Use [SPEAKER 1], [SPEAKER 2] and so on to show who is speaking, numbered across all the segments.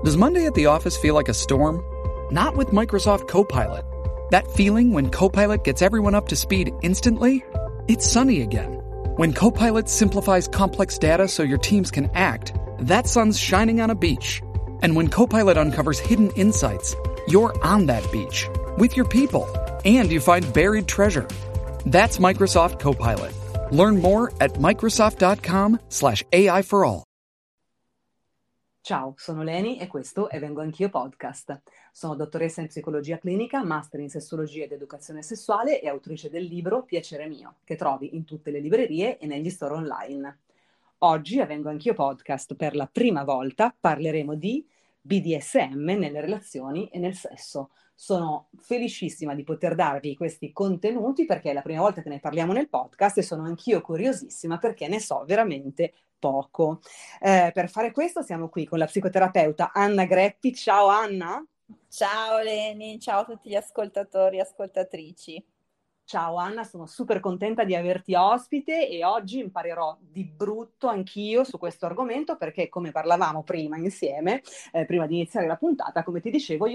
[SPEAKER 1] Does Monday at the office feel like a storm? Not with Microsoft Copilot. That feeling when Copilot gets everyone up to speed instantly? It's sunny again. When Copilot simplifies complex data so your teams can act, that sun's shining on a beach. And when Copilot uncovers hidden insights, you're on that beach with your people, and you find buried treasure. That's Microsoft Copilot. Learn more at Microsoft.com/AI for all.
[SPEAKER 2] Ciao, sono Leni e questo è Vengo Anch'io Podcast. Sono dottoressa in psicologia clinica, master in sessologia ed educazione sessuale e autrice del libro Piacere Mio, che trovi in tutte le librerie e negli store online. Oggi a Vengo Anch'io Podcast per la prima volta parleremo di BDSM nelle relazioni e nel sesso. Sono felicissima di poter darvi questi contenuti perché è la prima volta che ne parliamo nel podcast e sono anch'io curiosissima perché ne so veramente poco. Per fare questo siamo qui con la psicoterapeuta Anna Greppi. Ciao Anna.
[SPEAKER 3] Ciao Leni, ciao a tutti gli ascoltatori e ascoltatrici.
[SPEAKER 2] Ciao Anna, sono super contenta di averti ospite e oggi imparerò di brutto anch'io su questo argomento perché, come parlavamo prima insieme, prima di iniziare la puntata, come ti dicevo,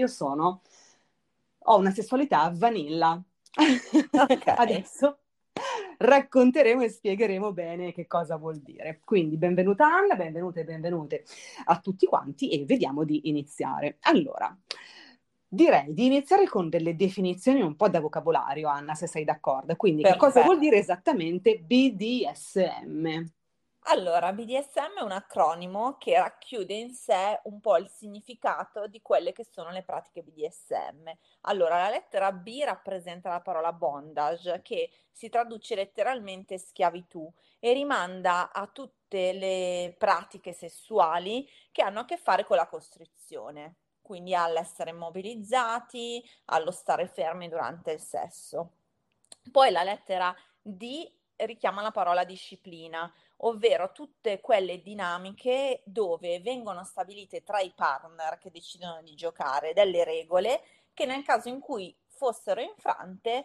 [SPEAKER 2] ho una sessualità vanilla.
[SPEAKER 3] Okay.
[SPEAKER 2] Adesso racconteremo e spiegheremo bene che cosa vuol dire. Quindi benvenuta Anna, benvenute e benvenute a tutti quanti e vediamo di iniziare. Allora, direi di iniziare con delle definizioni un po' da vocabolario, Anna, se sei d'accordo. Quindi, che cosa vuol dire esattamente BDSM?
[SPEAKER 3] Allora, BDSM è un acronimo che racchiude in sé un po' il significato di quelle che sono le pratiche BDSM. Allora, la lettera B rappresenta la parola bondage, che si traduce letteralmente schiavitù e rimanda a tutte le pratiche sessuali che hanno a che fare con la costrizione, quindi all'essere immobilizzati, allo stare fermi durante il sesso. Poi la lettera D richiama la parola disciplina, ovvero tutte quelle dinamiche dove vengono stabilite tra i partner che decidono di giocare delle regole che nel caso in cui fossero infrante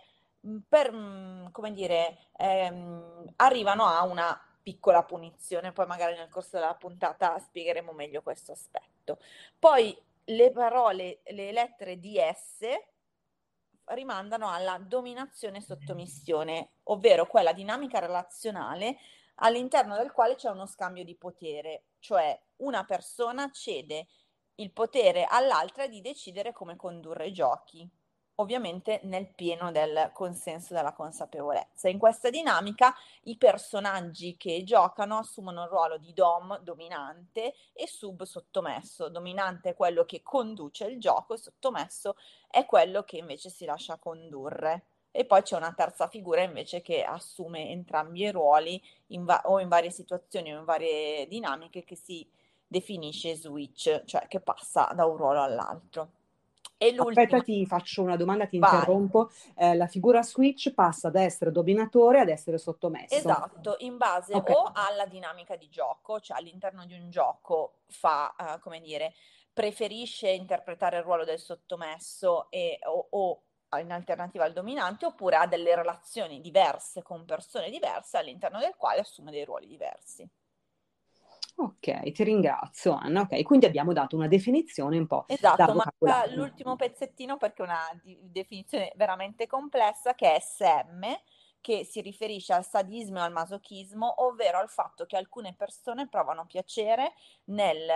[SPEAKER 3] arrivano a una piccola punizione. Poi magari nel corso della puntata spiegheremo meglio questo aspetto. Poi le lettere DS rimandano alla dominazione e sottomissione, ovvero quella dinamica relazionale all'interno del quale c'è uno scambio di potere, cioè una persona cede il potere all'altra di decidere come condurre i giochi, ovviamente nel pieno del consenso e della consapevolezza. In questa dinamica i personaggi che giocano assumono il ruolo di dom, dominante, e sub, sottomesso. Dominante è quello che conduce il gioco e sottomesso è quello che invece si lascia condurre. E poi c'è una terza figura invece che assume entrambi i ruoli o in varie situazioni o in varie dinamiche, che si definisce switch, cioè che passa da un ruolo all'altro. E
[SPEAKER 2] Aspetta, ti faccio una domanda, ti interrompo. La figura switch passa da essere dominatore ad essere sottomesso.
[SPEAKER 3] Esatto, in base o alla dinamica di gioco, cioè all'interno di un gioco preferisce interpretare il ruolo del sottomesso o in alternativa al dominante, oppure ha delle relazioni diverse con persone diverse all'interno del quale assume dei ruoli diversi.
[SPEAKER 2] Ok, ti ringrazio Anna. Ok, quindi abbiamo dato una definizione un po'
[SPEAKER 3] esatto, ma l'ultimo pezzettino perché è una definizione veramente complessa, che è SM, che si riferisce al sadismo e al masochismo, ovvero al fatto che alcune persone provano piacere nel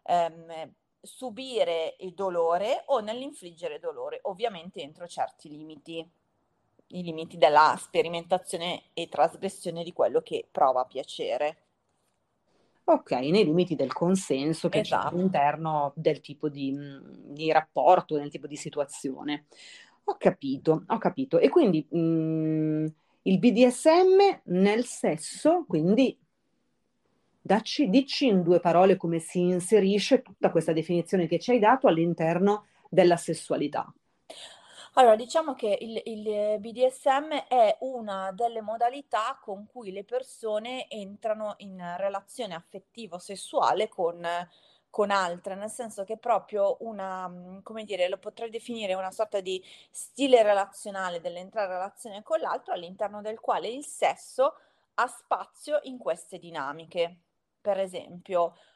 [SPEAKER 3] subire il dolore o nell'infliggere dolore, ovviamente entro certi limiti, i limiti della sperimentazione e trasgressione di quello che prova piacere.
[SPEAKER 2] Ok, nei limiti del consenso che c'è all'interno del tipo di rapporto, del tipo di situazione. Ho capito. E quindi il BDSM nel sesso, quindi dici in due parole come si inserisce tutta questa definizione che ci hai dato all'interno della sessualità.
[SPEAKER 3] Allora, diciamo che il BDSM è una delle modalità con cui le persone entrano in relazione affettivo-sessuale con altre, nel senso che è proprio lo potrei definire una sorta di stile relazionale dell'entrare in relazione con l'altro, all'interno del quale il sesso ha spazio in queste dinamiche. Per esempio,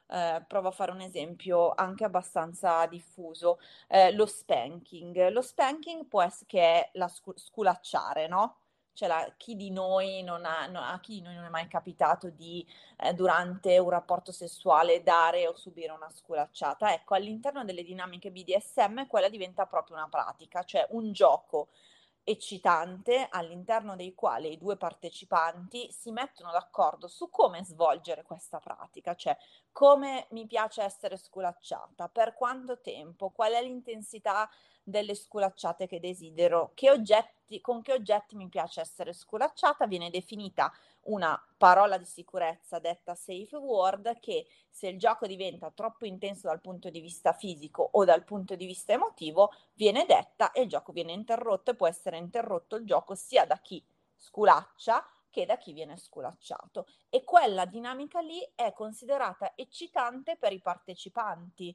[SPEAKER 3] provo a fare un esempio anche abbastanza diffuso, lo spanking. Lo spanking può essere che è la sculacciare, no? Cioè chi di noi a chi di noi non è mai capitato di durante un rapporto sessuale dare o subire una sculacciata? Ecco, all'interno delle dinamiche BDSM quella diventa proprio una pratica, cioè un gioco eccitante all'interno dei quali i due partecipanti si mettono d'accordo su come svolgere questa pratica, cioè come mi piace essere sculacciata, per quanto tempo, qual è l'intensità delle sculacciate che desidero, con che oggetti mi piace essere sculacciata, viene definita una parola di sicurezza detta safe word che se il gioco diventa troppo intenso dal punto di vista fisico o dal punto di vista emotivo viene detta e il gioco viene interrotto e può essere interrotto il gioco sia da chi sculaccia che da chi viene sculacciato e quella dinamica lì è considerata eccitante per i partecipanti.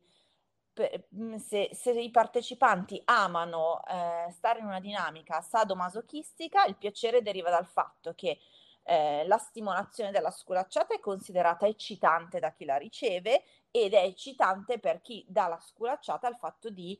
[SPEAKER 3] Se i partecipanti amano stare in una dinamica sadomasochistica, il piacere deriva dal fatto che la stimolazione della sculacciata è considerata eccitante da chi la riceve ed è eccitante per chi dà la sculacciata al fatto di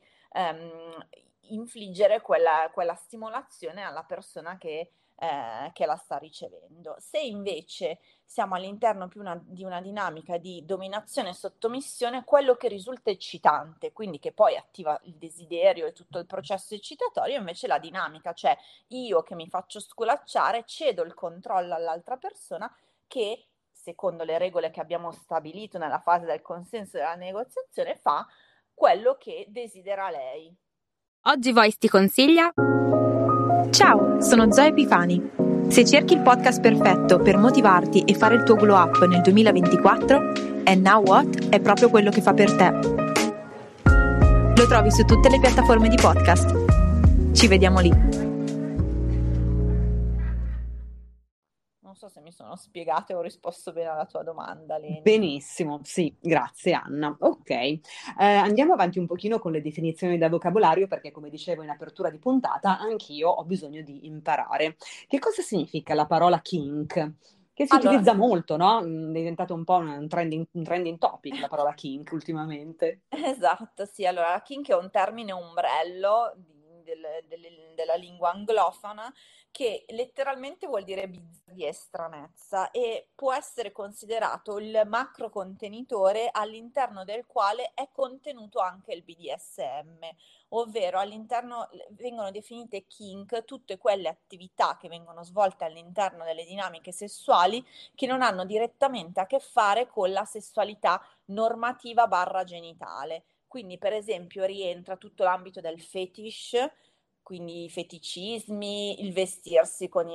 [SPEAKER 3] infliggere quella stimolazione alla persona che la sta ricevendo. Se invece siamo all'interno di una dinamica di dominazione e sottomissione, quello che risulta eccitante, quindi che poi attiva il desiderio e tutto il processo eccitatorio, invece la dinamica, cioè io che mi faccio sculacciare, cedo il controllo all'altra persona che, secondo le regole che abbiamo stabilito nella fase del consenso e della negoziazione, fa quello che desidera lei.
[SPEAKER 4] Oggi Voice ti consiglia. Ciao, sono Zoe Epifani. Se cerchi il podcast perfetto per motivarti e fare il tuo glow up nel 2024, And Now What è proprio quello che fa per te. Lo trovi su tutte le piattaforme di podcast. Ci vediamo lì.
[SPEAKER 3] Non so se mi sono spiegata e ho risposto bene alla tua domanda, Leni.
[SPEAKER 2] Benissimo, sì, grazie Anna. Ok, andiamo avanti un pochino con le definizioni da vocabolario perché come dicevo in apertura di puntata anch'io ho bisogno di imparare. Che cosa significa la parola kink? Che si utilizza molto, no? È diventato un po' un trending topic la parola kink ultimamente.
[SPEAKER 3] Esatto, sì, allora la kink è un termine ombrello della lingua anglofona che letteralmente vuol dire bizzarria e stranezza e può essere considerato il macro contenitore all'interno del quale è contenuto anche il BDSM, ovvero all'interno vengono definite kink tutte quelle attività che vengono svolte all'interno delle dinamiche sessuali che non hanno direttamente a che fare con la sessualità normativa barra genitale. Quindi per esempio rientra tutto l'ambito del fetish, quindi i feticismi, il vestirsi con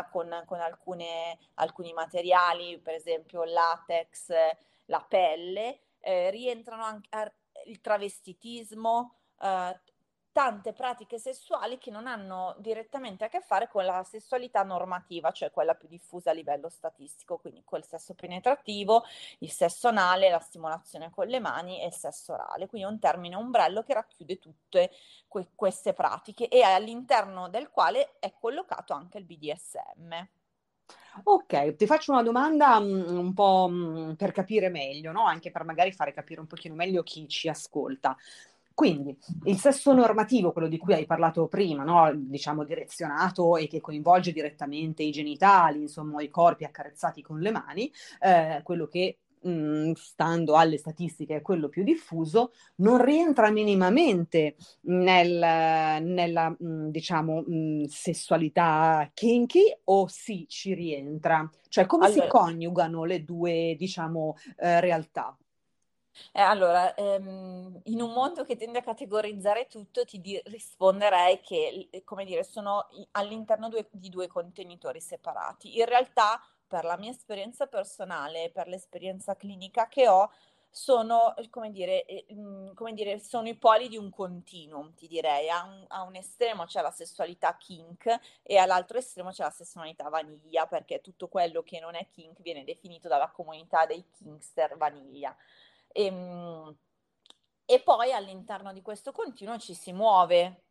[SPEAKER 3] alcuni materiali, per esempio il latex, la pelle, rientrano anche il travestitismo, tante pratiche sessuali che non hanno direttamente a che fare con la sessualità normativa, cioè quella più diffusa a livello statistico, quindi col sesso penetrativo, il sesso anale, la stimolazione con le mani e il sesso orale. Quindi è un termine ombrello che racchiude tutte queste pratiche e all'interno del quale è collocato anche il BDSM.
[SPEAKER 2] Ok, ti faccio una domanda un po' per capire meglio, no? Anche per magari fare capire un pochino meglio chi ci ascolta. Quindi il sesso normativo, quello di cui hai parlato prima, no? Diciamo direzionato e che coinvolge direttamente i genitali, insomma i corpi accarezzati con le mani, quello che stando alle statistiche è quello più diffuso, non rientra minimamente nella diciamo, sessualità kinky o sì ci rientra? Cioè come si coniugano le due, diciamo, realtà?
[SPEAKER 3] Allora, in un mondo che tende a categorizzare tutto, risponderei che, come dire, sono all'interno di due contenitori separati. In realtà, per la mia esperienza personale, per l'esperienza clinica che ho, sono, come dire, sono i poli di un continuum, ti direi. A un estremo c'è la sessualità kink e all'altro estremo c'è la sessualità vaniglia, perché tutto quello che non è kink viene definito dalla comunità dei kinkster vaniglia. E poi all'interno di questo continuo ci si muove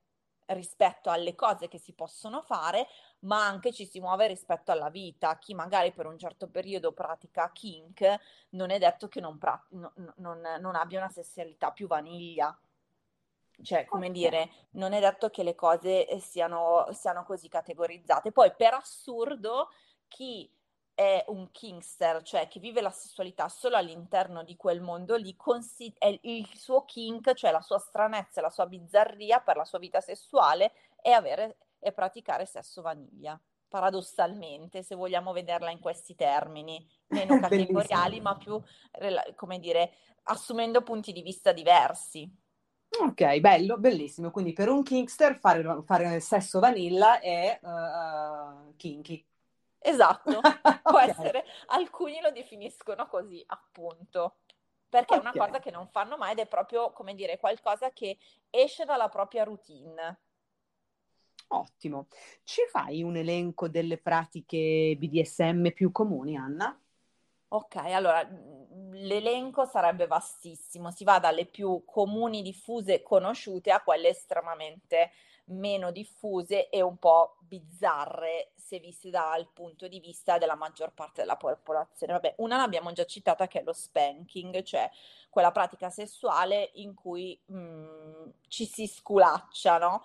[SPEAKER 3] rispetto alle cose che si possono fare, ma anche ci si muove rispetto alla vita. Chi magari per un certo periodo pratica kink, non è detto che non abbia una sessualità più vaniglia. Cioè, come dire, non è detto che le cose siano così categorizzate. Poi, per assurdo, chi è un kinkster, cioè chi vive la sessualità solo all'interno di quel mondo lì, è il suo kink, cioè la sua stranezza, la sua bizzarria per la sua vita sessuale è praticare sesso vaniglia. Paradossalmente, se vogliamo vederla in questi termini, meno categoriali, ma più, come dire, assumendo punti di vista diversi.
[SPEAKER 2] Ok, bello, bellissimo. Quindi per un kinkster fare sesso vanilla è kinky.
[SPEAKER 3] Esatto, può
[SPEAKER 2] Ok,
[SPEAKER 3] essere, alcuni lo definiscono così, appunto, perché è una cosa
[SPEAKER 2] ok.
[SPEAKER 3] che non fanno mai ed è proprio, come dire, qualcosa che esce dalla propria routine.
[SPEAKER 2] Ottimo. Ci fai un elenco delle pratiche BDSM più comuni, Anna?
[SPEAKER 3] Ok, allora l'elenco sarebbe vastissimo, si va dalle più comuni, diffuse e conosciute a quelle estremamente meno diffuse e un po' bizzarre se viste dal punto di vista della maggior parte della popolazione. Vabbè, una l'abbiamo già citata che è lo spanking, cioè quella pratica sessuale in cui ci si sculaccia, no?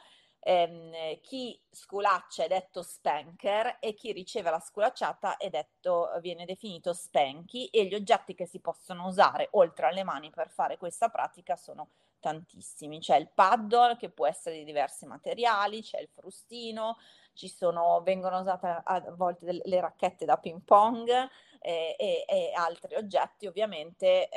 [SPEAKER 3] Chi sculaccia è detto spanker e chi riceve la sculacciata viene definito spanky, e gli oggetti che si possono usare oltre alle mani per fare questa pratica sono tantissimi. C'è il paddle che può essere di diversi materiali, c'è il frustino, vengono usate a volte le racchette da ping pong e altri oggetti. Ovviamente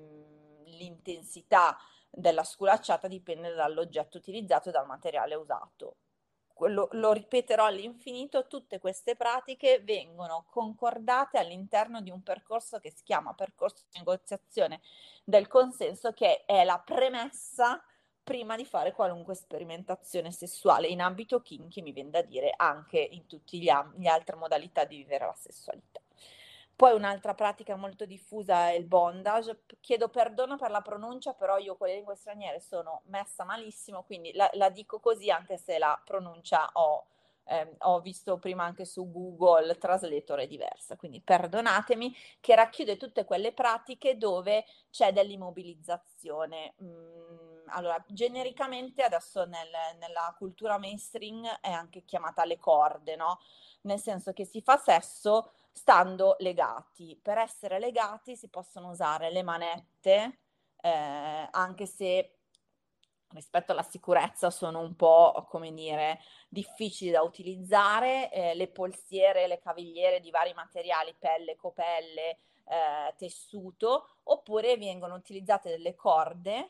[SPEAKER 3] l'intensità della sculacciata dipende dall'oggetto utilizzato e dal materiale usato. Lo ripeterò all'infinito, tutte queste pratiche vengono concordate all'interno di un percorso che si chiama percorso di negoziazione del consenso, che è la premessa prima di fare qualunque sperimentazione sessuale in ambito kinky, mi viene da dire, anche in tutte le altre modalità di vivere la sessualità. Poi un'altra pratica molto diffusa è il bondage. Chiedo perdono per la pronuncia, però io con le lingue straniere sono messa malissimo, quindi la dico così, anche se la pronuncia ho visto prima anche su Google Translator è diversa, quindi perdonatemi, che racchiude tutte quelle pratiche dove c'è dell'immobilizzazione. Allora, genericamente adesso nella cultura mainstream è anche chiamata le corde, no? Nel senso che si fa sesso stando legati. Per essere legati si possono usare le manette, anche se rispetto alla sicurezza sono un po', come dire, difficili da utilizzare, le polsiere, le cavigliere di vari materiali, pelle, copelle, tessuto, oppure vengono utilizzate delle corde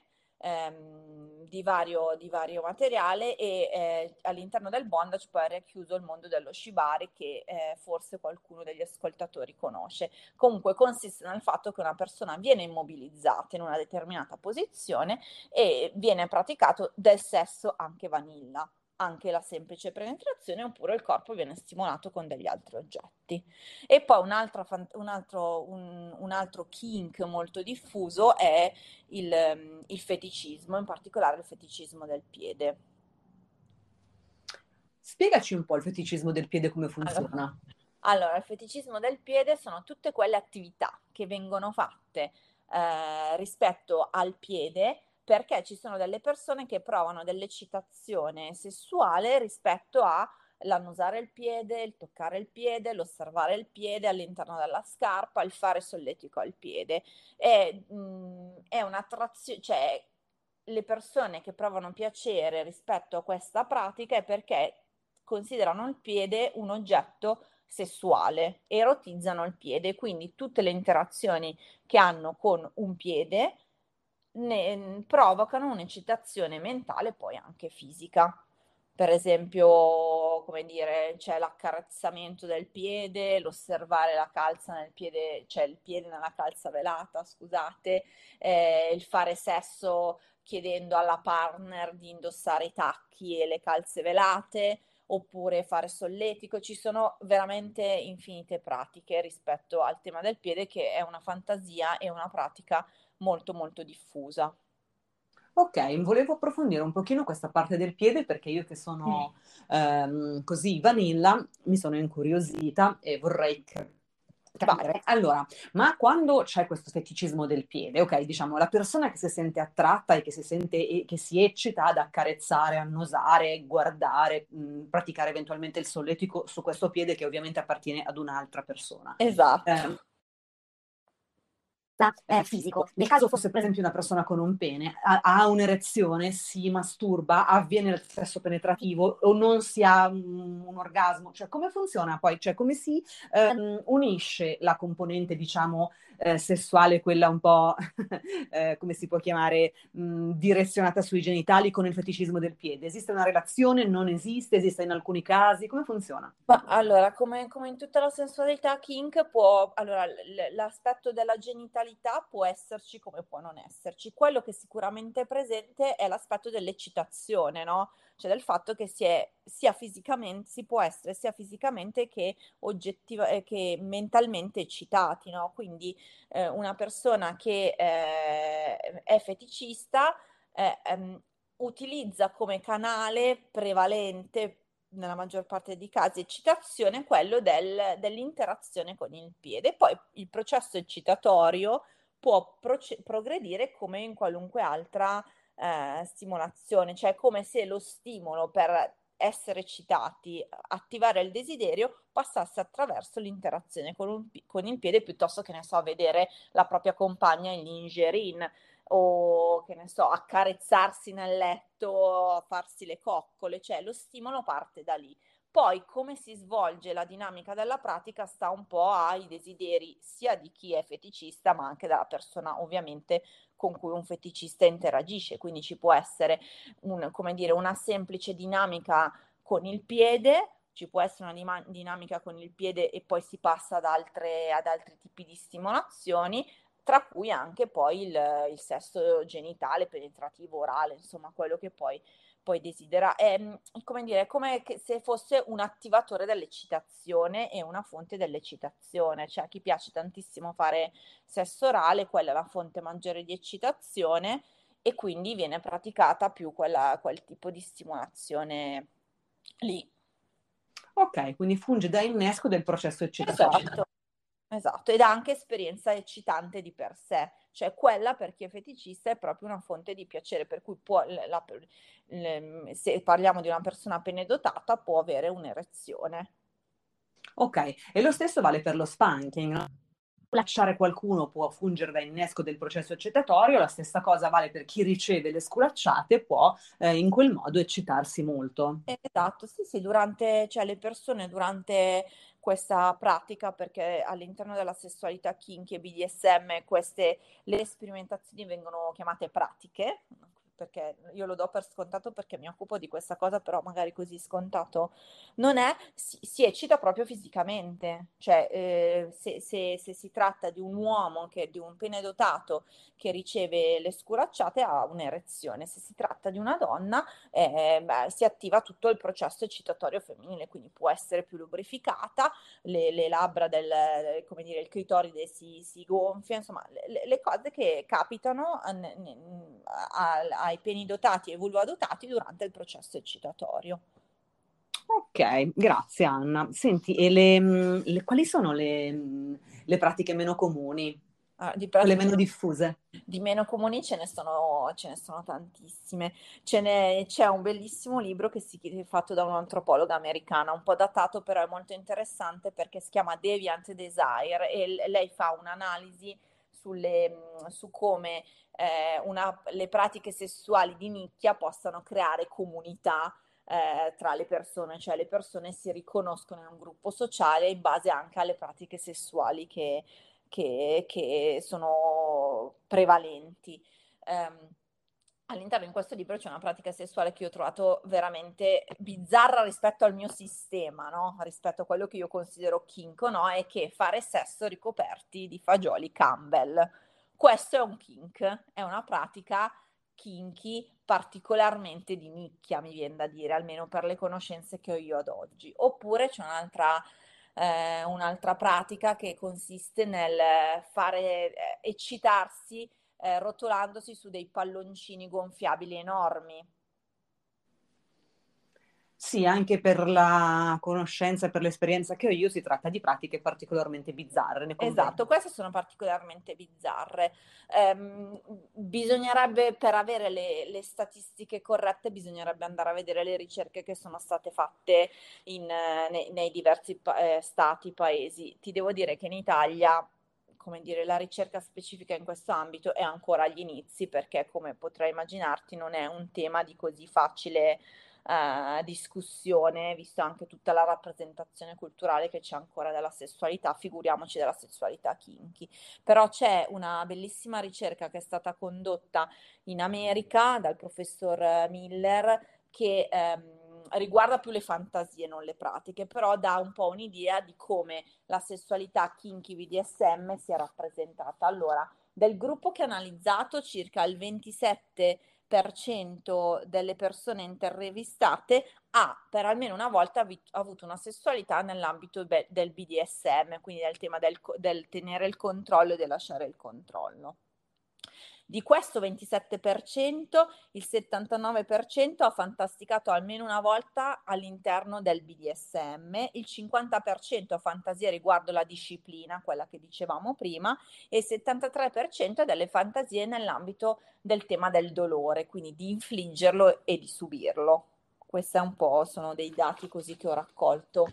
[SPEAKER 3] di vario materiale e all'interno del bondage poi è racchiuso il mondo dello shibari che forse qualcuno degli ascoltatori conosce. Comunque consiste nel fatto che una persona viene immobilizzata in una determinata posizione e viene praticato del sesso anche vanilla, anche la semplice penetrazione, oppure il corpo viene stimolato con degli altri oggetti. E poi un altro kink molto diffuso è il feticismo, in particolare il feticismo del piede.
[SPEAKER 2] Spiegaci un po' il feticismo del piede come funziona.
[SPEAKER 3] Allora, il feticismo del piede sono tutte quelle attività che vengono fatte rispetto al piede, perché ci sono delle persone che provano dell'eccitazione sessuale rispetto all'annusare il piede, il toccare il piede, l'osservare il piede all'interno della scarpa, il fare solletico al piede. È un'attrazione, cioè le persone che provano piacere rispetto a questa pratica è perché considerano il piede un oggetto sessuale, erotizzano il piede, quindi tutte le interazioni che hanno con un piede provocano un'eccitazione mentale, poi anche fisica. Per esempio, come dire, c'è l'accarezzamento del piede, l'osservare la calza nel piede, cioè il piede nella calza velata, scusate, il fare sesso chiedendo alla partner di indossare i tacchi e le calze velate, oppure fare solletico. Ci sono veramente infinite pratiche rispetto al tema del piede, che è una fantasia e una pratica molto molto diffusa.
[SPEAKER 2] Ok, volevo approfondire un pochino questa parte del piede perché io che sono così vanilla mi sono incuriosita e vorrei
[SPEAKER 3] Vai.
[SPEAKER 2] capire. Allora, ma quando c'è questo feticismo del piede, ok, diciamo la persona che si sente attratta e che si sente e che si eccita ad accarezzare, annusare, guardare, praticare eventualmente il solletico su questo piede che ovviamente appartiene ad un'altra persona.
[SPEAKER 3] Esatto.
[SPEAKER 2] Eh, fisico. Nel caso fosse per esempio una persona con un pene, ha un'erezione, si masturba, avviene il sesso penetrativo o non si ha un orgasmo, cioè come funziona poi? Cioè come si unisce la componente, diciamo, sessuale, quella un po', come si può chiamare, direzionata sui genitali con il feticismo del piede? Esiste una relazione? Non esiste? Esiste in alcuni casi? Come funziona?
[SPEAKER 3] Ma allora, come in tutta la sensualità kink, allora, l'aspetto della genitalità può esserci come può non esserci. Quello che sicuramente è presente è l'aspetto dell'eccitazione, no? Cioè del fatto che sia fisicamente, si può essere sia fisicamente che che mentalmente eccitati, no? Quindi una persona che è feticista utilizza come canale prevalente nella maggior parte dei casi eccitazione, quello dell'interazione con il piede. Poi il processo eccitatorio può progredire come in qualunque altra stimolazione, cioè come se lo stimolo per essere eccitati, attivare il desiderio, passasse attraverso l'interazione con il piede piuttosto che, ne so, vedere la propria compagna in lingerie o che ne so, accarezzarsi nel letto, farsi le coccole, cioè lo stimolo parte da lì. Poi come si svolge la dinamica della pratica sta un po' ai desideri sia di chi è feticista, ma anche della persona ovviamente con cui un feticista interagisce. Quindi ci può essere come dire, una semplice dinamica con il piede, ci può essere una dinamica con il piede e poi si passa ad altri tipi di stimolazioni, tra cui anche poi il sesso genitale, penetrativo, orale, insomma, quello che poi desidera. È come dire, è come se fosse un attivatore dell'eccitazione e una fonte dell'eccitazione. Cioè a chi piace tantissimo fare sesso orale, quella è la fonte maggiore di eccitazione e quindi viene praticata più quel tipo di stimolazione lì.
[SPEAKER 2] Ok, quindi funge da innesco del processo eccitatorio.
[SPEAKER 3] Esatto. Esatto, ed ha anche esperienza eccitante di per sé, cioè quella per chi è feticista è proprio una fonte di piacere, per cui se parliamo di una persona appena dotata può avere un'erezione.
[SPEAKER 2] Ok, e lo stesso vale per lo spanking, no? Lasciare qualcuno può fungere da innesco del processo eccitatorio, la stessa cosa vale per chi riceve le sculacciate, può in quel modo eccitarsi molto.
[SPEAKER 3] Esatto, sì, sì, cioè le persone durante questa pratica, perché all'interno della sessualità kinky e BDSM le sperimentazioni vengono chiamate pratiche, perché io lo do per scontato perché mi occupo di questa cosa, però magari così scontato non è, si eccita proprio fisicamente, cioè se si tratta di un uomo, di un pene dotato che riceve le sculacciate ha un'erezione, se si tratta di una donna si attiva tutto il processo eccitatorio femminile, quindi può essere più lubrificata, le labbra come dire, il clitoride si gonfia, insomma, le cose che capitano ai peni dotati e vulva dotati durante il processo eccitatorio.
[SPEAKER 2] Ok, grazie Anna. Senti, e quali sono le pratiche meno comuni,
[SPEAKER 3] Ah,
[SPEAKER 2] quelle meno diffuse?
[SPEAKER 3] di meno comuni ce ne sono tantissime. C'è un bellissimo libro è fatto da un'antropologa americana, un po' datato, però è molto interessante perché si chiama Deviant Desire e lei fa un'analisi su come le pratiche sessuali di nicchia possano creare comunità tra le persone, cioè le persone si riconoscono in un gruppo sociale in base anche alle pratiche sessuali che sono prevalenti. Um, All'interno di questo libro c'è una pratica sessuale che io ho trovato veramente bizzarra rispetto al mio sistema, no? Rispetto a quello che io considero kink, no? È che fare sesso ricoperti di fagioli Campbell. Questo è un kink, è una pratica kinky particolarmente di nicchia, mi viene da dire, almeno per le conoscenze che ho io ad oggi. Oppure c'è un'altra pratica che consiste nel fare eccitarsi rotolandosi su dei palloncini gonfiabili enormi.
[SPEAKER 2] Sì, anche per la conoscenza e per l'esperienza che ho io, si tratta di pratiche particolarmente bizzarre, ne convengo.
[SPEAKER 3] Esatto, queste sono particolarmente bizzarre. Bisognerebbe, per avere le statistiche corrette, bisognerebbe andare a vedere le ricerche che sono state fatte nei diversi stati, paesi. Ti devo dire che in Italia, come dire, la ricerca specifica in questo ambito è ancora agli inizi, perché, come potrai immaginarti, non è un tema di così facile discussione, visto anche tutta la rappresentazione culturale che c'è ancora della sessualità, figuriamoci della sessualità kinky. Però c'è una bellissima ricerca che è stata condotta in America dal professor Miller, che riguarda più le fantasie, non le pratiche, però dà un po' un'idea di come la sessualità kinky BDSM sia rappresentata. Allora, del gruppo che ha analizzato, circa il 27% delle persone intervistate ha per almeno una volta avuto una sessualità nell'ambito del BDSM, quindi del tema del tenere il controllo e del lasciare il controllo. Di questo 27%, il 79% ha fantasticato almeno una volta all'interno del BDSM, il 50% ha fantasie riguardo la disciplina, quella che dicevamo prima, e il 73% ha delle fantasie nell'ambito del tema del dolore, quindi di infliggerlo e di subirlo. Questi sono dei dati così che ho raccolto.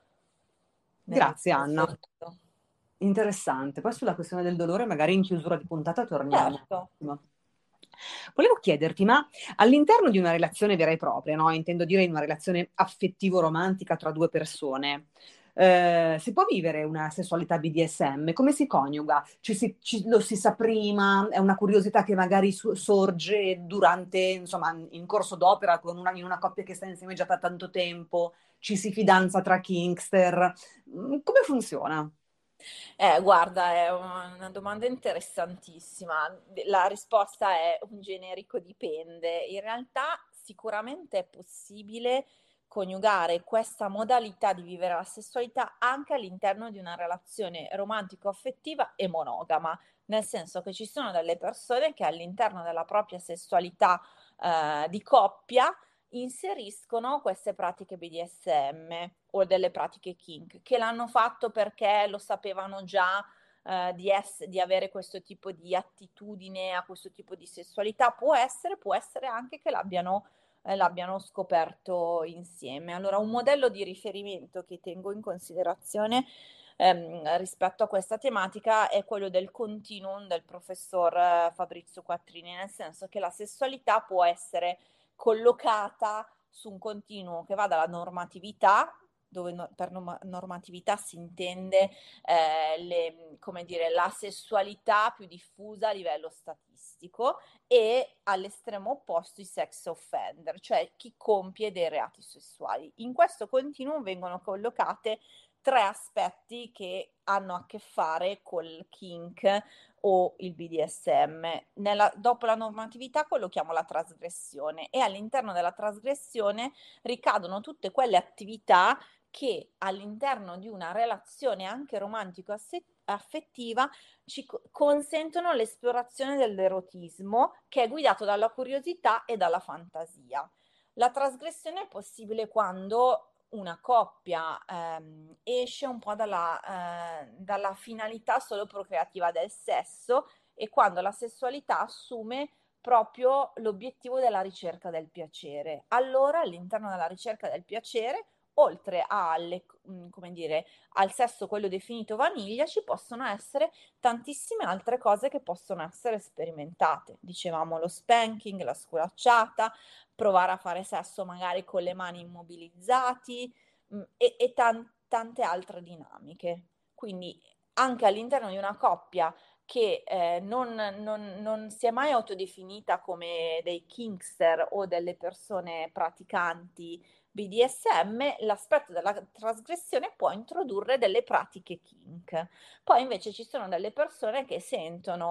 [SPEAKER 2] Grazie Anna, interessante. Poi sulla questione del dolore magari in chiusura di puntata torniamo.
[SPEAKER 3] Certo.
[SPEAKER 2] Volevo chiederti, ma all'interno di una relazione vera e propria, no? Intendo dire in una relazione affettivo-romantica tra due persone, si può vivere una sessualità BDSM? Come si coniuga? Lo si sa prima? È una curiosità che magari sorge durante, insomma, in corso d'opera in una coppia che sta insieme già da tanto tempo? Ci si fidanza tra kinkster? Come funziona?
[SPEAKER 3] Guarda, è una domanda interessantissima. La risposta è un generico dipende. In realtà sicuramente è possibile coniugare questa modalità di vivere la sessualità anche all'interno di una relazione romantico-affettiva e monogama, nel senso che ci sono delle persone che all'interno della propria sessualità di coppia inseriscono queste pratiche BDSM o delle pratiche kink, che l'hanno fatto perché lo sapevano già di avere questo tipo di attitudine a questo tipo di sessualità. Può essere anche che l'abbiano scoperto insieme. Allora, un modello di riferimento che tengo in considerazione rispetto a questa tematica è quello del continuum del professor Fabrizio Quattrini, nel senso che la sessualità può essere collocata su un continuo che va dalla normatività, dove per normatività si intende la sessualità più diffusa a livello statistico, e all'estremo opposto i sex offender, cioè chi compie dei reati sessuali. In questo continuum vengono collocate tre aspetti che hanno a che fare col kink o il BDSM. Dopo la normatività collochiamo la trasgressione, e all'interno della trasgressione ricadono tutte quelle attività che all'interno di una relazione anche romantico-affettiva ci consentono l'esplorazione dell'erotismo, che è guidato dalla curiosità e dalla fantasia. La trasgressione è possibile quando una coppia esce un po' dalla finalità solo procreativa del sesso, e quando la sessualità assume proprio l'obiettivo della ricerca del piacere. Allora, all'interno della ricerca del piacere, oltre al sesso quello definito vaniglia, ci possono essere tantissime altre cose che possono essere sperimentate. Dicevamo lo spanking, la sculacciata, provare a fare sesso magari con le mani immobilizzati e tante altre dinamiche. Quindi anche all'interno di una coppia che non si è mai autodefinita come dei kinkster o delle persone praticanti BDSM, l'aspetto della trasgressione può introdurre delle pratiche kink. Poi invece ci sono delle persone che sentono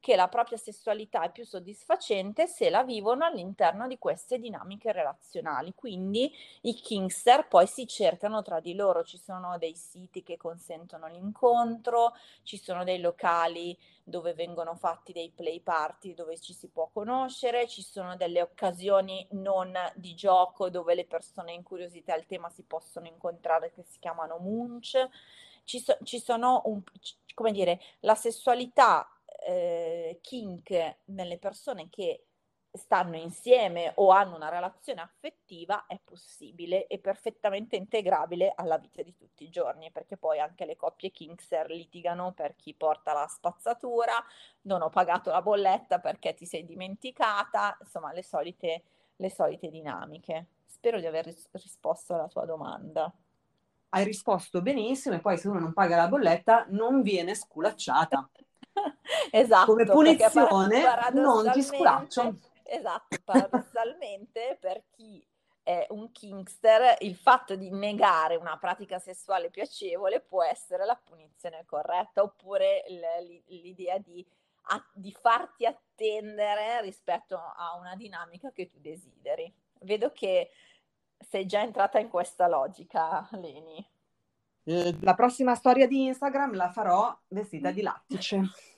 [SPEAKER 3] che la propria sessualità è più soddisfacente se la vivono all'interno di queste dinamiche relazionali. Quindi i kinkster poi si cercano tra di loro, ci sono dei siti che consentono l'incontro, ci sono dei locali dove vengono fatti dei play party dove ci si può conoscere, ci sono delle occasioni non di gioco dove le persone incuriosite al tema si possono incontrare che si chiamano munch. Ci sono come dire, la sessualità kink nelle persone che stanno insieme o hanno una relazione affettiva è possibile e perfettamente integrabile alla vita di tutti i giorni, perché poi anche le coppie kinkster litigano per chi porta la spazzatura, non ho pagato la bolletta perché ti sei dimenticata, insomma le solite dinamiche. Spero di aver risposto alla tua domanda.
[SPEAKER 2] Hai risposto benissimo e poi se uno non paga la bolletta non viene sculacciata. Come
[SPEAKER 3] Esatto, perché
[SPEAKER 2] punizione non ti sculaccio.
[SPEAKER 3] paradossalmente per chi è un kinkster il fatto di negare una pratica sessuale piacevole può essere la punizione corretta, oppure l'idea di farti attendere rispetto a una dinamica che tu desideri. Vedo che sei già entrata in questa logica, Leni.
[SPEAKER 2] La prossima storia di Instagram la farò vestita di lattice.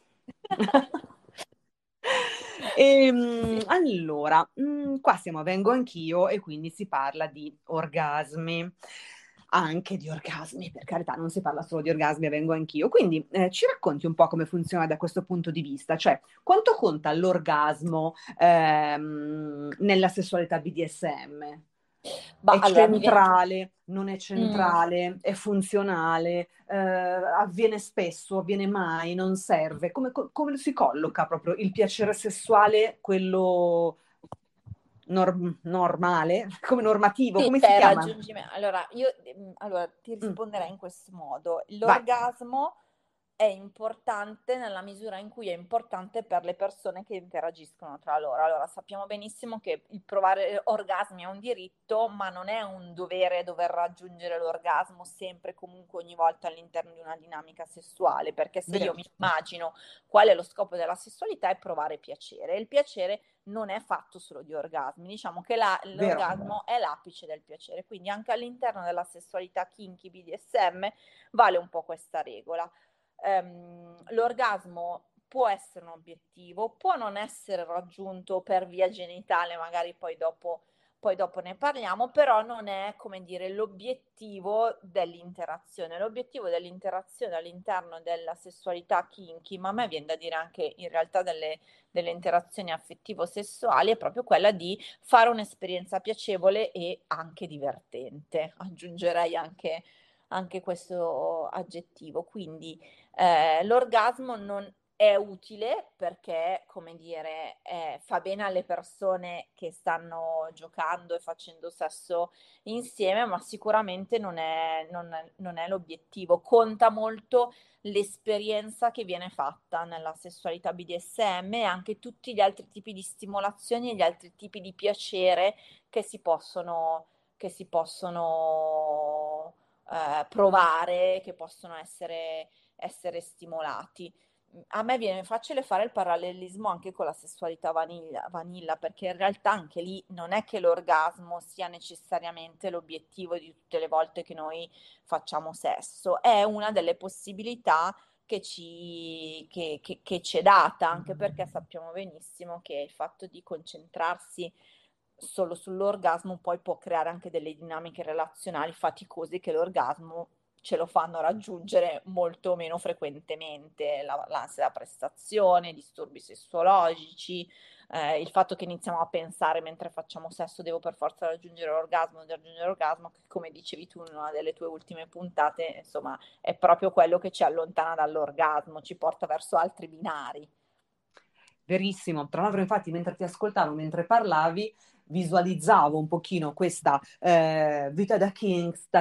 [SPEAKER 2] Allora, qua siamo a Vengo Anch'io e quindi si parla di orgasmi, anche di orgasmi, per carità, non si parla solo di orgasmi a Vengo Anch'io. Quindi ci racconti un po' come funziona da questo punto di vista, cioè quanto conta l'orgasmo nella sessualità BDSM? È
[SPEAKER 3] Allora,
[SPEAKER 2] centrale, non è centrale, è funzionale, avviene spesso, avviene mai, non serve. Come si colloca proprio il piacere sessuale, quello normale, come normativo,
[SPEAKER 3] Sì,
[SPEAKER 2] come si
[SPEAKER 3] per
[SPEAKER 2] chiama?
[SPEAKER 3] raggiungimento. Allora, ti risponderei in questo modo.
[SPEAKER 2] Vai.
[SPEAKER 3] L'orgasmo è importante nella misura in cui è importante per le persone che interagiscono tra loro. Allora, sappiamo benissimo che il provare orgasmi è un diritto, ma non è un dovere dover raggiungere l'orgasmo sempre, comunque, ogni volta all'interno di una dinamica sessuale, perché se io
[SPEAKER 2] Vero.
[SPEAKER 3] mi immagino qual è lo scopo della sessualità è provare piacere. E il piacere non è fatto solo di orgasmi, diciamo che
[SPEAKER 2] Vero.
[SPEAKER 3] l'orgasmo è l'apice del piacere, quindi anche all'interno della sessualità kinky BDSM vale un po' questa regola. L'orgasmo può essere un obiettivo, può non essere raggiunto per via genitale, magari poi dopo ne parliamo, però non è, come dire, l'obiettivo dell'interazione. L'obiettivo dell'interazione all'interno della sessualità kinky, ma a me viene da dire anche in realtà delle interazioni affettivo-sessuali, è proprio quella di fare un'esperienza piacevole e anche divertente. Aggiungerei anche questo aggettivo. Quindi l'orgasmo non è utile perché, come dire, fa bene alle persone che stanno giocando e facendo sesso insieme, ma sicuramente non è l'obiettivo. Conta molto l'esperienza che viene fatta nella sessualità BDSM e anche tutti gli altri tipi di stimolazioni e gli altri tipi di piacere che si possono provare, che possono essere stimolati. A me viene facile fare il parallelismo anche con la sessualità vanilla, perché in realtà anche lì non è che l'orgasmo sia necessariamente l'obiettivo di tutte le volte che noi facciamo sesso, è una delle possibilità che ci è data, anche perché sappiamo benissimo che il fatto di concentrarsi solo sull'orgasmo poi può creare anche delle dinamiche relazionali faticose che l'orgasmo ce lo fanno raggiungere molto meno frequentemente, l'ansia da prestazione, disturbi sessuologici, il fatto che iniziamo a pensare mentre facciamo sesso devo per forza raggiungere l'orgasmo, che come dicevi tu in una delle tue ultime puntate, insomma, è proprio quello che ci allontana dall'orgasmo, ci porta verso altri binari.
[SPEAKER 2] Verissimo. Tra l'altro, infatti, mentre ti ascoltavo, mentre parlavi, visualizzavo un pochino questa vita da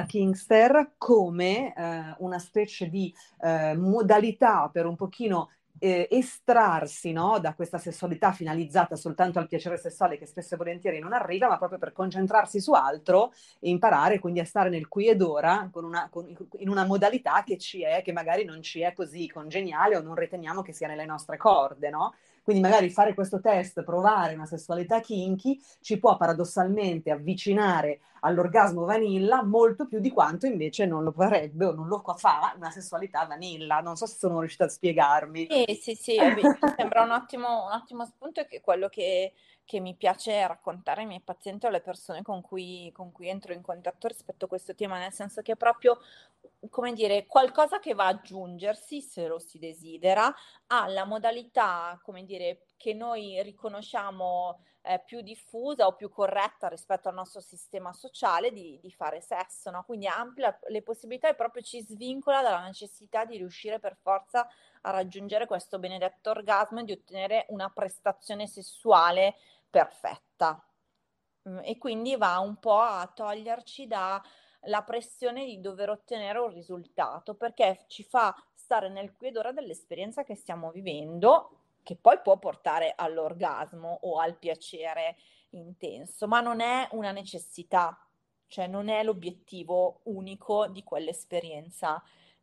[SPEAKER 2] Kingster come una specie di modalità per un pochino estrarsi, no, da questa sessualità finalizzata soltanto al piacere sessuale che spesso e volentieri non arriva, ma proprio per concentrarsi su altro e imparare quindi a stare nel qui ed ora in una modalità che ci è, che magari non ci è così congeniale o non riteniamo che sia nelle nostre corde, no? Quindi magari fare questo test, provare una sessualità kinky, ci può paradossalmente avvicinare all'orgasmo vanilla molto più di quanto invece non lo farebbe o non lo fa una sessualità vanilla. Non so se sono riuscita a spiegarmi.
[SPEAKER 3] Sì, mi sembra un ottimo spunto, e che è quello che mi piace raccontare ai miei pazienti o alle persone con cui entro in contatto rispetto a questo tema, nel senso che è proprio, come dire, qualcosa che va ad aggiungersi, se lo si desidera, alla modalità, come dire, che noi riconosciamo più diffusa o più corretta rispetto al nostro sistema sociale di fare sesso, no? Quindi amplia le possibilità e proprio ci svincola dalla necessità di riuscire per forza a raggiungere questo benedetto orgasmo e di ottenere una prestazione sessuale perfetta. E quindi va un po' a toglierci dalla pressione di dover ottenere un risultato, perché ci fa stare nel qui ed ora dell'esperienza che stiamo vivendo, che poi può portare all'orgasmo o al piacere intenso, ma non è una necessità, cioè non è l'obiettivo unico di quell'esperienza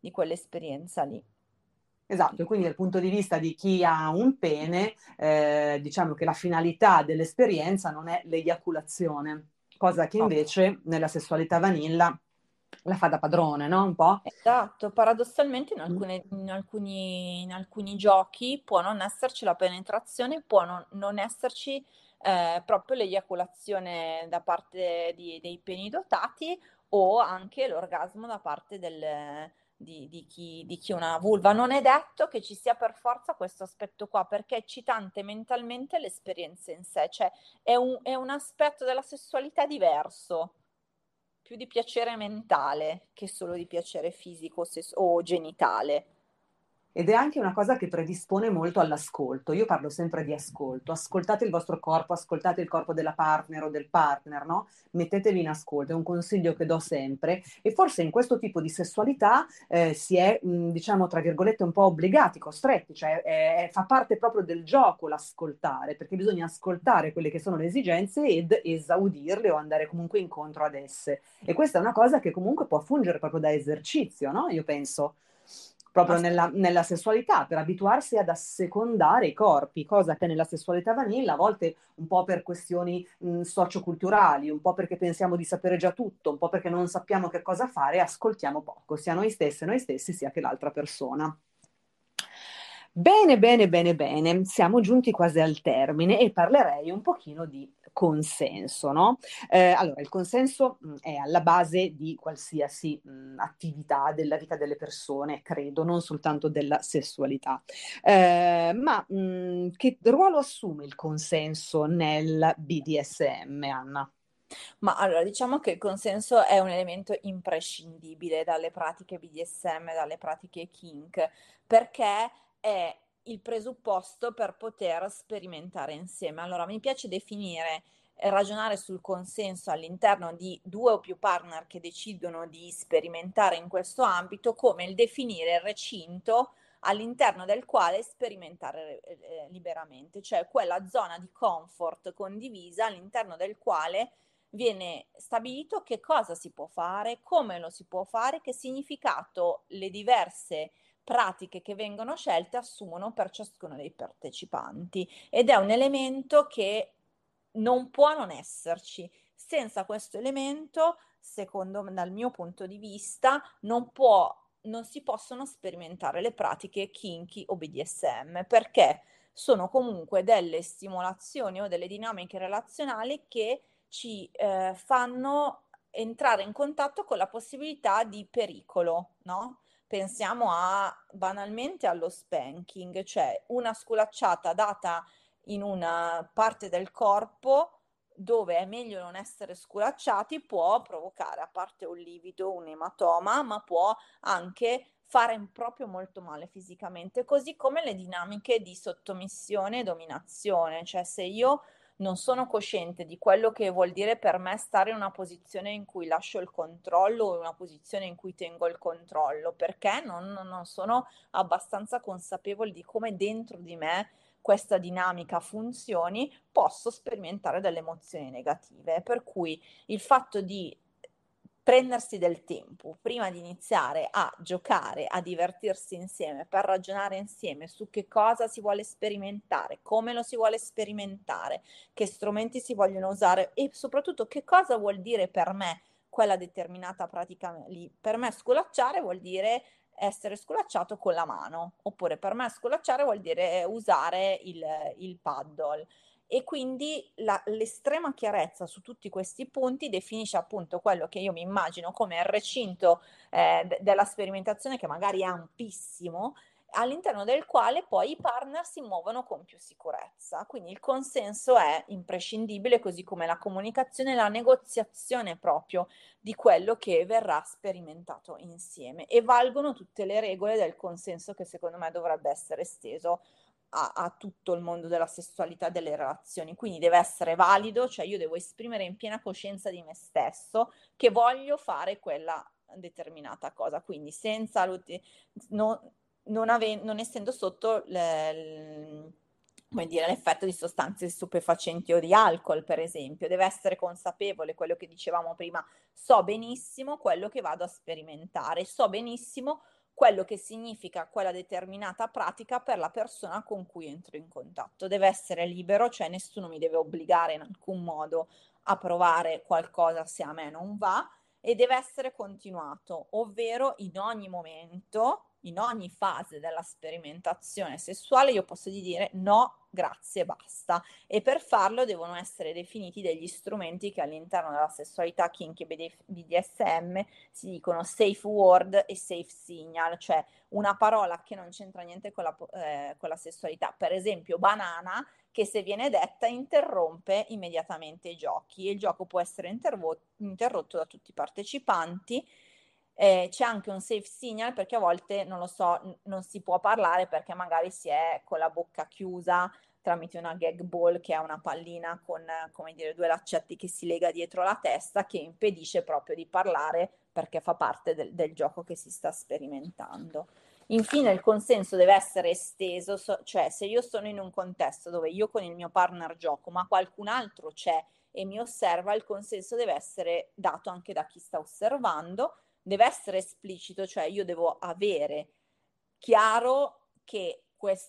[SPEAKER 3] lì.
[SPEAKER 2] Esatto, e quindi dal punto di vista di chi ha un pene, diciamo che la finalità dell'esperienza non è l'eiaculazione, cosa che invece nella sessualità vanilla la fa da padrone, no? Un po'.
[SPEAKER 3] Esatto, paradossalmente in alcuni giochi può non esserci la penetrazione, può non esserci proprio l'eiaculazione da parte dei peni dotati, o anche l'orgasmo da parte di chi ha una vulva. Non è detto che ci sia per forza questo aspetto qua, perché è eccitante mentalmente l'esperienza in sé, cioè è un aspetto della sessualità diverso, più di piacere mentale che solo di piacere fisico o genitale.
[SPEAKER 2] Ed è anche una cosa che predispone molto all'ascolto. Io parlo sempre di ascolto. Ascoltate il vostro corpo, ascoltate il corpo della partner o del partner, no? Mettetevi in ascolto, è un consiglio che do sempre. E forse in questo tipo di sessualità si è, diciamo, tra virgolette, un po' obbligati, costretti, cioè fa parte proprio del gioco l'ascoltare, perché bisogna ascoltare quelle che sono le esigenze ed esaudirle o andare comunque incontro ad esse. E questa è una cosa che comunque può fungere proprio da esercizio, no? Io penso proprio nella sessualità, per abituarsi ad assecondare i corpi, cosa che nella sessualità vanilla a volte un po' per questioni socioculturali, un po' perché pensiamo di sapere già tutto, un po' perché non sappiamo che cosa fare, ascoltiamo poco, sia noi stessi, sia che l'altra persona. Bene, bene, bene, bene, siamo giunti quasi al termine e parlerei un pochino di consenso, no? Allora, il consenso è alla base di qualsiasi attività della vita delle persone, credo, non soltanto della sessualità. Ma che ruolo assume il consenso nel BDSM, Anna?
[SPEAKER 3] Ma allora, diciamo che il consenso è un elemento imprescindibile dalle pratiche BDSM, dalle pratiche kink, perché è il presupposto per poter sperimentare insieme. Allora, mi piace definire e ragionare sul consenso all'interno di due o più partner che decidono di sperimentare in questo ambito come il definire il recinto all'interno del quale sperimentare liberamente, cioè quella zona di comfort condivisa all'interno del quale viene stabilito che cosa si può fare, come lo si può fare, che significato le diverse pratiche che vengono scelte assumono per ciascuno dei partecipanti, ed è un elemento che non può non esserci. Senza questo elemento, dal mio punto di vista, non si possono sperimentare le pratiche kinky o BDSM, perché sono comunque delle stimolazioni o delle dinamiche relazionali che ci fanno entrare in contatto con la possibilità di pericolo, no? Pensiamo banalmente allo spanking, cioè una sculacciata data in una parte del corpo dove è meglio non essere sculacciati può provocare, a parte un livido, un ematoma, ma può anche fare proprio molto male fisicamente, così come le dinamiche di sottomissione e dominazione, cioè se io non sono cosciente di quello che vuol dire per me stare in una posizione in cui lascio il controllo o in una posizione in cui tengo il controllo, perché non sono abbastanza consapevole di come dentro di me questa dinamica funzioni, posso sperimentare delle emozioni negative. Per cui il fatto di prendersi del tempo prima di iniziare a giocare, a divertirsi insieme, per ragionare insieme su che cosa si vuole sperimentare, come lo si vuole sperimentare, che strumenti si vogliono usare e soprattutto che cosa vuol dire per me quella determinata pratica lì. Per me sculacciare vuol dire essere sculacciato con la mano, oppure per me sculacciare vuol dire usare il paddle. E quindi l'estrema chiarezza su tutti questi punti definisce appunto quello che io mi immagino come il recinto della sperimentazione, che magari è ampissimo, all'interno del quale poi i partner si muovono con più sicurezza. Quindi il consenso è imprescindibile, così come la comunicazione e la negoziazione proprio di quello che verrà sperimentato insieme. E valgono tutte le regole del consenso, che secondo me dovrebbe essere esteso a tutto il mondo della sessualità e delle relazioni. Quindi deve essere valido, cioè io devo esprimere in piena coscienza di me stesso che voglio fare quella determinata cosa, quindi senza non essendo sotto come dire, l'effetto di sostanze stupefacenti o di alcol, per esempio. Deve essere consapevole, quello che dicevamo prima, so benissimo quello che vado a sperimentare, so benissimo quello che significa quella determinata pratica per la persona con cui entro in contatto. Deve essere libero, cioè nessuno mi deve obbligare in alcun modo a provare qualcosa se a me non va, e deve essere continuato, ovvero in ogni momento, in ogni fase della sperimentazione sessuale io posso dire no, grazie, basta. E per farlo devono essere definiti degli strumenti che all'interno della sessualità kinky e BDSM si dicono safe word e safe signal, cioè una parola che non c'entra niente con la sessualità. Per esempio banana, che se viene detta interrompe immediatamente i giochi, e il gioco può essere interrotto da tutti i partecipanti. C'è anche un safe signal, perché a volte, non lo so, non si può parlare perché magari si è con la bocca chiusa tramite una gag ball, che è una pallina con, come dire, due laccetti che si lega dietro la testa, che impedisce proprio di parlare perché fa parte del gioco che si sta sperimentando. Infine il consenso deve essere esteso, cioè se io sono in un contesto dove io con il mio partner gioco, ma qualcun altro c'è e mi osserva, il consenso deve essere dato anche da chi sta osservando, deve essere esplicito, cioè io devo avere chiaro che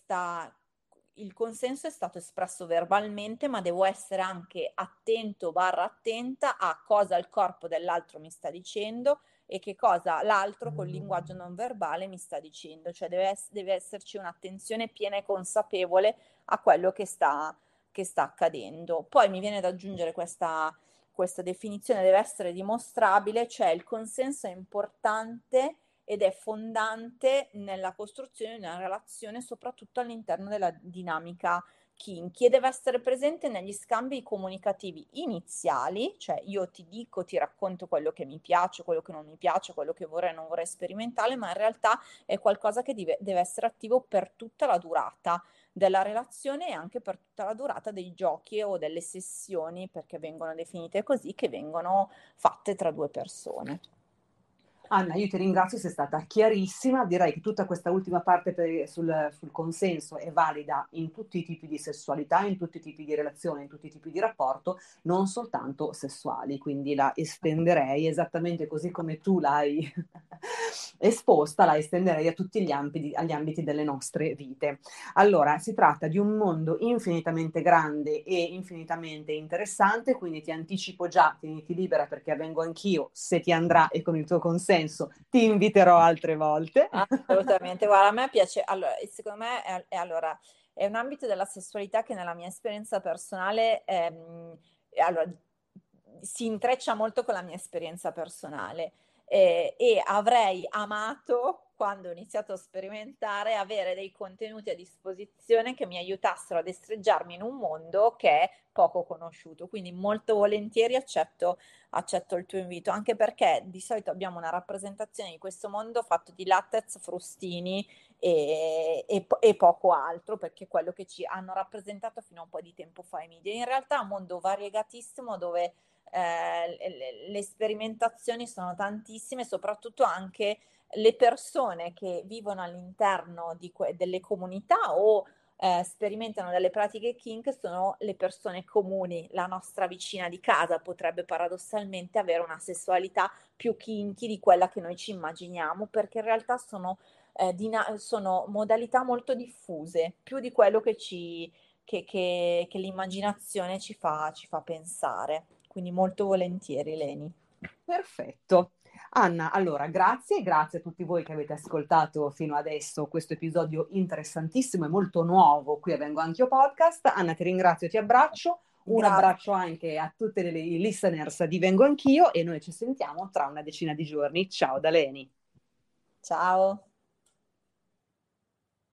[SPEAKER 3] il consenso è stato espresso verbalmente, ma devo essere anche attento / attenta a cosa il corpo dell'altro mi sta dicendo e che cosa l'altro col linguaggio non verbale mi sta dicendo, cioè deve esserci un'attenzione piena e consapevole a quello che sta accadendo. Poi mi viene da aggiungere questa definizione: deve essere dimostrabile, cioè il consenso è importante ed è fondante nella costruzione di una relazione, soprattutto all'interno della dinamica kinky, e deve essere presente negli scambi comunicativi iniziali, cioè io ti dico, ti racconto quello che mi piace, quello che non mi piace, quello che vorrei e non vorrei sperimentare, ma in realtà è qualcosa che deve essere attivo per tutta la durata della relazione e anche per tutta la durata dei giochi o delle sessioni, perché vengono definite così, che vengono fatte tra due persone.
[SPEAKER 2] Anna, io ti ringrazio, sei stata chiarissima. Direi che tutta questa ultima parte sul consenso è valida in tutti i tipi di sessualità, in tutti i tipi di relazione, in tutti i tipi di rapporto, non soltanto sessuali. Quindi la estenderei esattamente così come tu l'hai esposta, la estenderei a tutti agli ambiti delle nostre vite. Allora, si tratta di un mondo infinitamente grande e infinitamente interessante, quindi ti anticipo già, tieniti libera perché vengo anch'io, se ti andrà e con il tuo consenso ti inviterò altre volte.
[SPEAKER 3] Assolutamente, guarda, a me piace, allora, secondo me è un ambito della sessualità che nella mia esperienza personale allora, si intreccia molto con la mia esperienza personale, e avrei amato quando ho iniziato a sperimentare, avere dei contenuti a disposizione che mi aiutassero a destreggiarmi in un mondo che è poco conosciuto. Quindi molto volentieri accetto il tuo invito, anche perché di solito abbiamo una rappresentazione di questo mondo fatto di latex, frustini e poco altro, perché è quello che ci hanno rappresentato fino a un po' di tempo fa i media. In realtà è un mondo variegatissimo dove le sperimentazioni sono tantissime, soprattutto anche le persone che vivono all'interno delle comunità o sperimentano delle pratiche kink sono le persone comuni. La nostra vicina di casa potrebbe paradossalmente avere una sessualità più kinky di quella che noi ci immaginiamo, perché in realtà sono modalità molto diffuse, più di quello che l'immaginazione ci fa pensare. Quindi molto volentieri, Leni.
[SPEAKER 2] Perfetto. Anna, allora grazie a tutti voi che avete ascoltato fino adesso questo episodio interessantissimo e molto nuovo qui a Vengo Anch'io Podcast. Anna, ti ringrazio, ti abbraccio. Un
[SPEAKER 3] Grazie.
[SPEAKER 2] abbraccio anche a tutte le listeners di Vengo Anch'io e noi ci sentiamo tra una decina di giorni. Ciao da Leni.
[SPEAKER 3] Ciao.